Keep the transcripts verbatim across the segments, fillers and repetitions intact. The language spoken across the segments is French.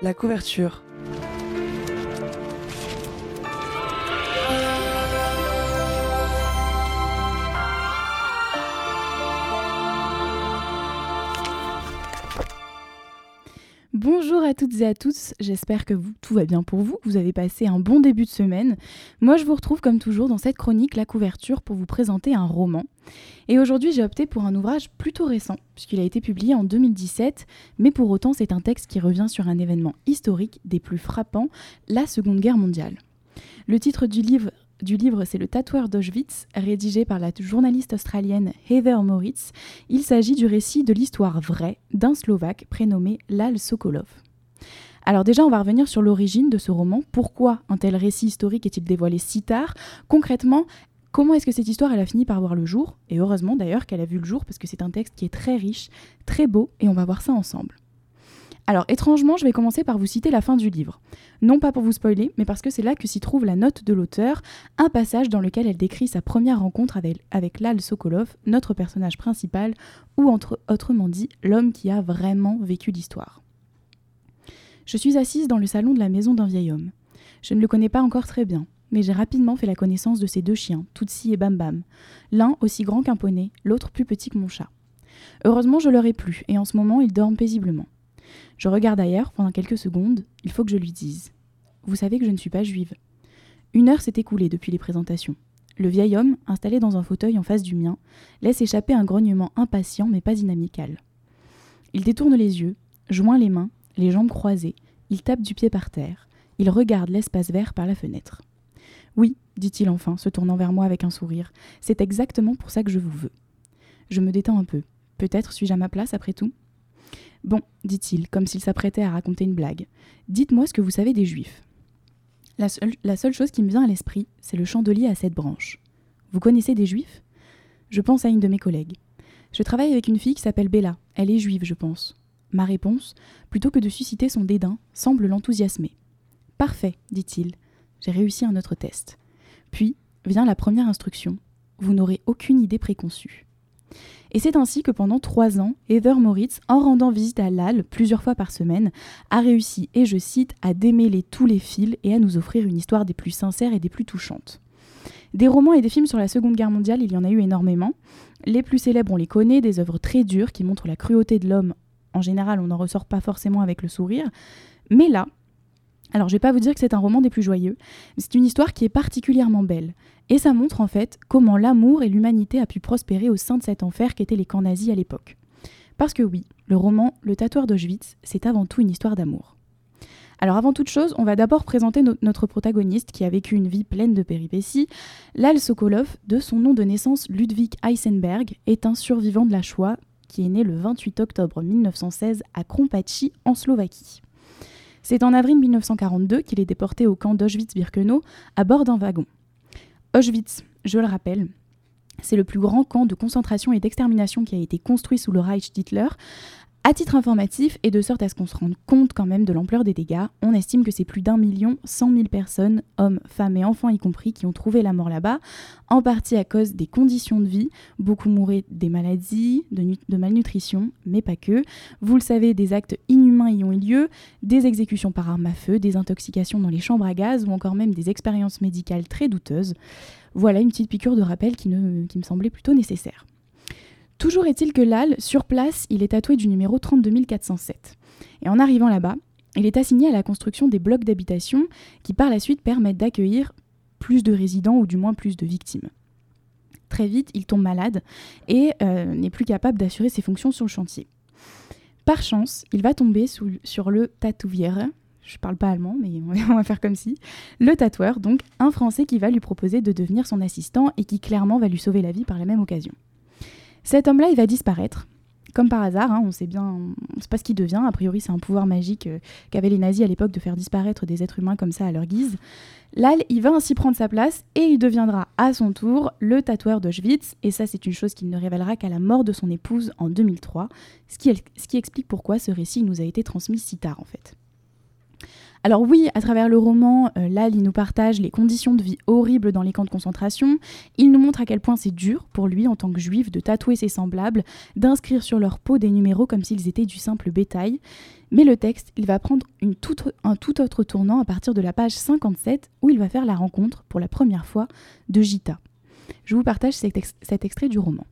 La couverture. Bonjour à toutes et à tous, j'espère que vous, tout va bien pour vous, que vous avez passé un bon début de semaine. Moi je vous retrouve comme toujours dans cette chronique La couverture pour vous présenter un roman. Et aujourd'hui j'ai opté pour un ouvrage plutôt récent, puisqu'il a été publié en deux mille dix-sept, mais pour autant c'est un texte qui revient sur un événement historique des plus frappants, la Seconde Guerre mondiale. Le titre du livre du livre, c'est Le tatoueur d'Auschwitz, rédigé par la journaliste australienne Heather Moritz. Il s'agit du récit de l'histoire vraie d'un Slovaque prénommé Lal Sokolov. Alors déjà, on va revenir sur l'origine de ce roman. Pourquoi un tel récit historique est-il dévoilé si tard ? Concrètement, comment est-ce que cette histoire elle a fini par voir le jour ? Et heureusement d'ailleurs qu'elle a vu le jour, parce que c'est un texte qui est très riche, très beau, et on va voir ça ensemble. Alors, étrangement, je vais commencer par vous citer la fin du livre. Non pas pour vous spoiler, mais parce que c'est là que s'y trouve la note de l'auteur, un passage dans lequel elle décrit sa première rencontre avec, avec Lal Sokolov, notre personnage principal, ou entre, autrement dit, l'homme qui a vraiment vécu l'histoire. Je suis assise dans le salon de la maison d'un vieil homme. Je ne le connais pas encore très bien, mais j'ai rapidement fait la connaissance de ses deux chiens, Tootsie et Bam Bam. L'un aussi grand qu'un poney, l'autre plus petit que mon chat. Heureusement, je leur ai plu, et en ce moment, ils dorment paisiblement. Je regarde ailleurs pendant quelques secondes, il faut que je lui dise. Vous savez que je ne suis pas juive. Une heure s'est écoulée depuis les présentations. Le vieil homme, installé dans un fauteuil en face du mien, laisse échapper un grognement impatient mais pas inamical. Il détourne les yeux, joint les mains, les jambes croisées, il tape du pied par terre, il regarde l'espace vert par la fenêtre. Oui, dit-il enfin, se tournant vers moi avec un sourire, c'est exactement pour ça que je vous veux. Je me détends un peu. Peut-être suis-je à ma place après tout ? Bon, dit-il, comme s'il s'apprêtait à raconter une blague. Dites-moi ce que vous savez des Juifs. La seule, la seule chose qui me vient à l'esprit, c'est le chandelier à sept branches. Vous connaissez des Juifs ? Je pense à une de mes collègues. Je travaille avec une fille qui s'appelle Bella. Elle est juive, je pense. Ma réponse, plutôt que de susciter son dédain, semble l'enthousiasmer. Parfait, dit-il. J'ai réussi un autre test. Puis vient la première instruction. Vous n'aurez aucune idée préconçue. Et c'est ainsi que pendant trois ans, Heather Moritz, en rendant visite à Lal plusieurs fois par semaine, a réussi, et je cite, à démêler tous les fils et à nous offrir une histoire des plus sincères et des plus touchantes. Des romans et des films sur la Seconde Guerre mondiale, il y en a eu énormément. Les plus célèbres, on les connaît, des œuvres très dures qui montrent la cruauté de l'homme. En général, on n'en ressort pas forcément avec le sourire. Mais là, alors je vais pas vous dire que c'est un roman des plus joyeux, mais c'est une histoire qui est particulièrement belle. Et ça montre en fait comment l'amour et l'humanité a pu prospérer au sein de cet enfer qu'étaient les camps nazis à l'époque. Parce que oui, le roman Le tatoueur d'Auschwitz, c'est avant tout une histoire d'amour. Alors avant toute chose, on va d'abord présenter no- notre protagoniste qui a vécu une vie pleine de péripéties. Lal Sokolov, de son nom de naissance Ludwig Heisenberg, est un survivant de la Shoah qui est né le vingt-huit octobre mille neuf cent seize à Krompachi, en Slovaquie. C'est en avril mille neuf cent quarante-deux qu'il est déporté au camp d'Auschwitz-Birkenau à bord d'un wagon. Auschwitz, je le rappelle, c'est le plus grand camp de concentration et d'extermination qui a été construit sous le Reich d'Hitler. À titre informatif, et de sorte à ce qu'on se rende compte quand même de l'ampleur des dégâts, on estime que c'est plus d'un million cent mille personnes, hommes, femmes et enfants y compris, qui ont trouvé la mort là-bas, en partie à cause des conditions de vie. Beaucoup mouraient des maladies, de, nu- de malnutrition, mais pas que. Vous le savez, des actes inhumains y ont eu lieu, des exécutions par arme à feu, des intoxications dans les chambres à gaz, ou encore même des expériences médicales très douteuses. Voilà une petite piqûre de rappel qui, ne, qui me semblait plutôt nécessaire. Toujours est-il que Lal, sur place, il est tatoué du numéro trente-deux mille quatre cent sept. Et en arrivant là-bas, il est assigné à la construction des blocs d'habitation qui par la suite permettent d'accueillir plus de résidents ou du moins plus de victimes. Très vite, il tombe malade et euh, n'est plus capable d'assurer ses fonctions sur le chantier. Par chance, il va tomber sous, sur le Tätowierer, je parle pas allemand mais on va faire comme si, le tatoueur, donc un Français qui va lui proposer de devenir son assistant et qui clairement va lui sauver la vie par la même occasion. Cet homme-là, il va disparaître. Comme par hasard, hein, on sait bien, on sait pas ce qu'il devient. A priori, c'est un pouvoir magique euh, qu'avaient les nazis à l'époque de faire disparaître des êtres humains comme ça à leur guise. Lal, il va ainsi prendre sa place et il deviendra à son tour le tatoueur d'Auschwitz. Et ça, c'est une chose qu'il ne révélera qu'à la mort de son épouse en deux mille trois, ce qui, ce qui explique pourquoi ce récit nous a été transmis si tard en fait. Alors oui, à travers le roman, euh, Lal, il nous partage les conditions de vie horribles dans les camps de concentration. Il nous montre à quel point c'est dur pour lui, en tant que juif, de tatouer ses semblables, d'inscrire sur leur peau des numéros comme s'ils étaient du simple bétail. Mais le texte, il va prendre une toute, un tout autre tournant à partir de la page cinquante-sept, où il va faire la rencontre, pour la première fois, de Gita. Je vous partage cet, ex- cet extrait du roman.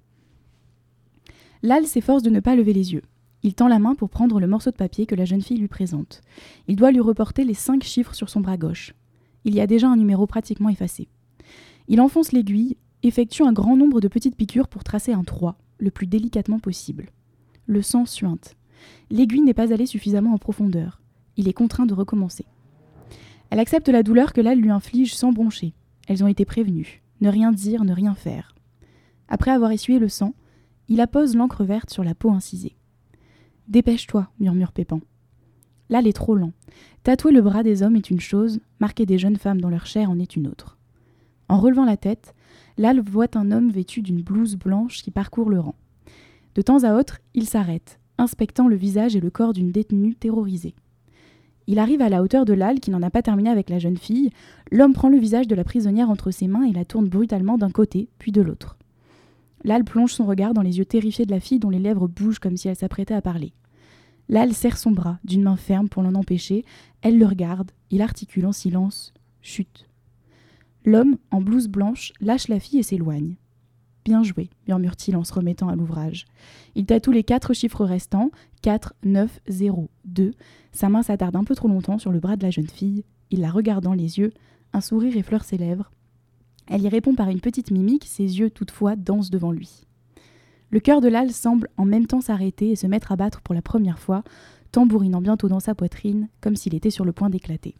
Lal s'efforce de ne pas lever les yeux. Il tend la main pour prendre le morceau de papier que la jeune fille lui présente. Il doit lui reporter les cinq chiffres sur son bras gauche. Il y a déjà un numéro pratiquement effacé. Il enfonce l'aiguille, effectue un grand nombre de petites piqûres pour tracer un trois, le plus délicatement possible. Le sang suinte. L'aiguille n'est pas allée suffisamment en profondeur. Il est contraint de recommencer. Elle accepte la douleur que Lal lui inflige sans broncher. Elles ont été prévenues. Ne rien dire, ne rien faire. Après avoir essuyé le sang, il appose l'encre verte sur la peau incisée. « Dépêche-toi, murmure Pépin. Lal est trop lent. Tatouer le bras des hommes est une chose, marquer des jeunes femmes dans leur chair en est une autre. En relevant la tête, Lal voit un homme vêtu d'une blouse blanche qui parcourt le rang. De temps à autre, il s'arrête, inspectant le visage et le corps d'une détenue terrorisée. Il arrive à la hauteur de Lal qui n'en a pas terminé avec la jeune fille. L'homme prend le visage de la prisonnière entre ses mains et la tourne brutalement d'un côté, puis de l'autre. Lal plonge son regard dans les yeux terrifiés de la fille dont les lèvres bougent comme si elle s'apprêtait à parler. Lal serre son bras d'une main ferme pour l'en empêcher. Elle le regarde, il articule en silence « Chut ». L'homme, en blouse blanche, lâche la fille et s'éloigne. « Bien joué », murmure-t-il en se remettant à l'ouvrage. Il tatoue les quatre chiffres restants, quatre, neuf, zéro, deux. Sa main s'attarde un peu trop longtemps sur le bras de la jeune fille. Il la regarde dans les yeux, un sourire effleure ses lèvres. Elle y répond par une petite mimique, ses yeux toutefois dansent devant lui. Le cœur de Lal semble en même temps s'arrêter et se mettre à battre pour la première fois, tambourinant bientôt dans sa poitrine, comme s'il était sur le point d'éclater.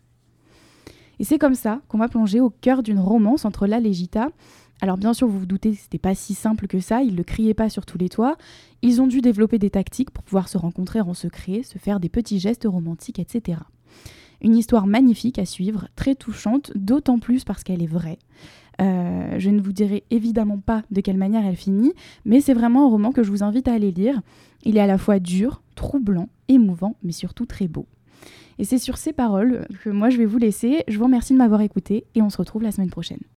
Et c'est comme ça qu'on va plonger au cœur d'une romance entre Lal et Gita. Alors bien sûr, vous vous doutez que c'était pas si simple que ça, ils ne le criaient pas sur tous les toits. Ils ont dû développer des tactiques pour pouvoir se rencontrer en secret, se faire des petits gestes romantiques, et cetera. Une histoire magnifique à suivre, très touchante, d'autant plus parce qu'elle est vraie. Euh, je ne vous dirai évidemment pas de quelle manière elle finit, mais c'est vraiment un roman que je vous invite à aller lire. Il est à la fois dur, troublant, émouvant, mais surtout très beau. Et c'est sur ces paroles que moi je vais vous laisser. Je vous remercie de m'avoir écouté et on se retrouve la semaine prochaine.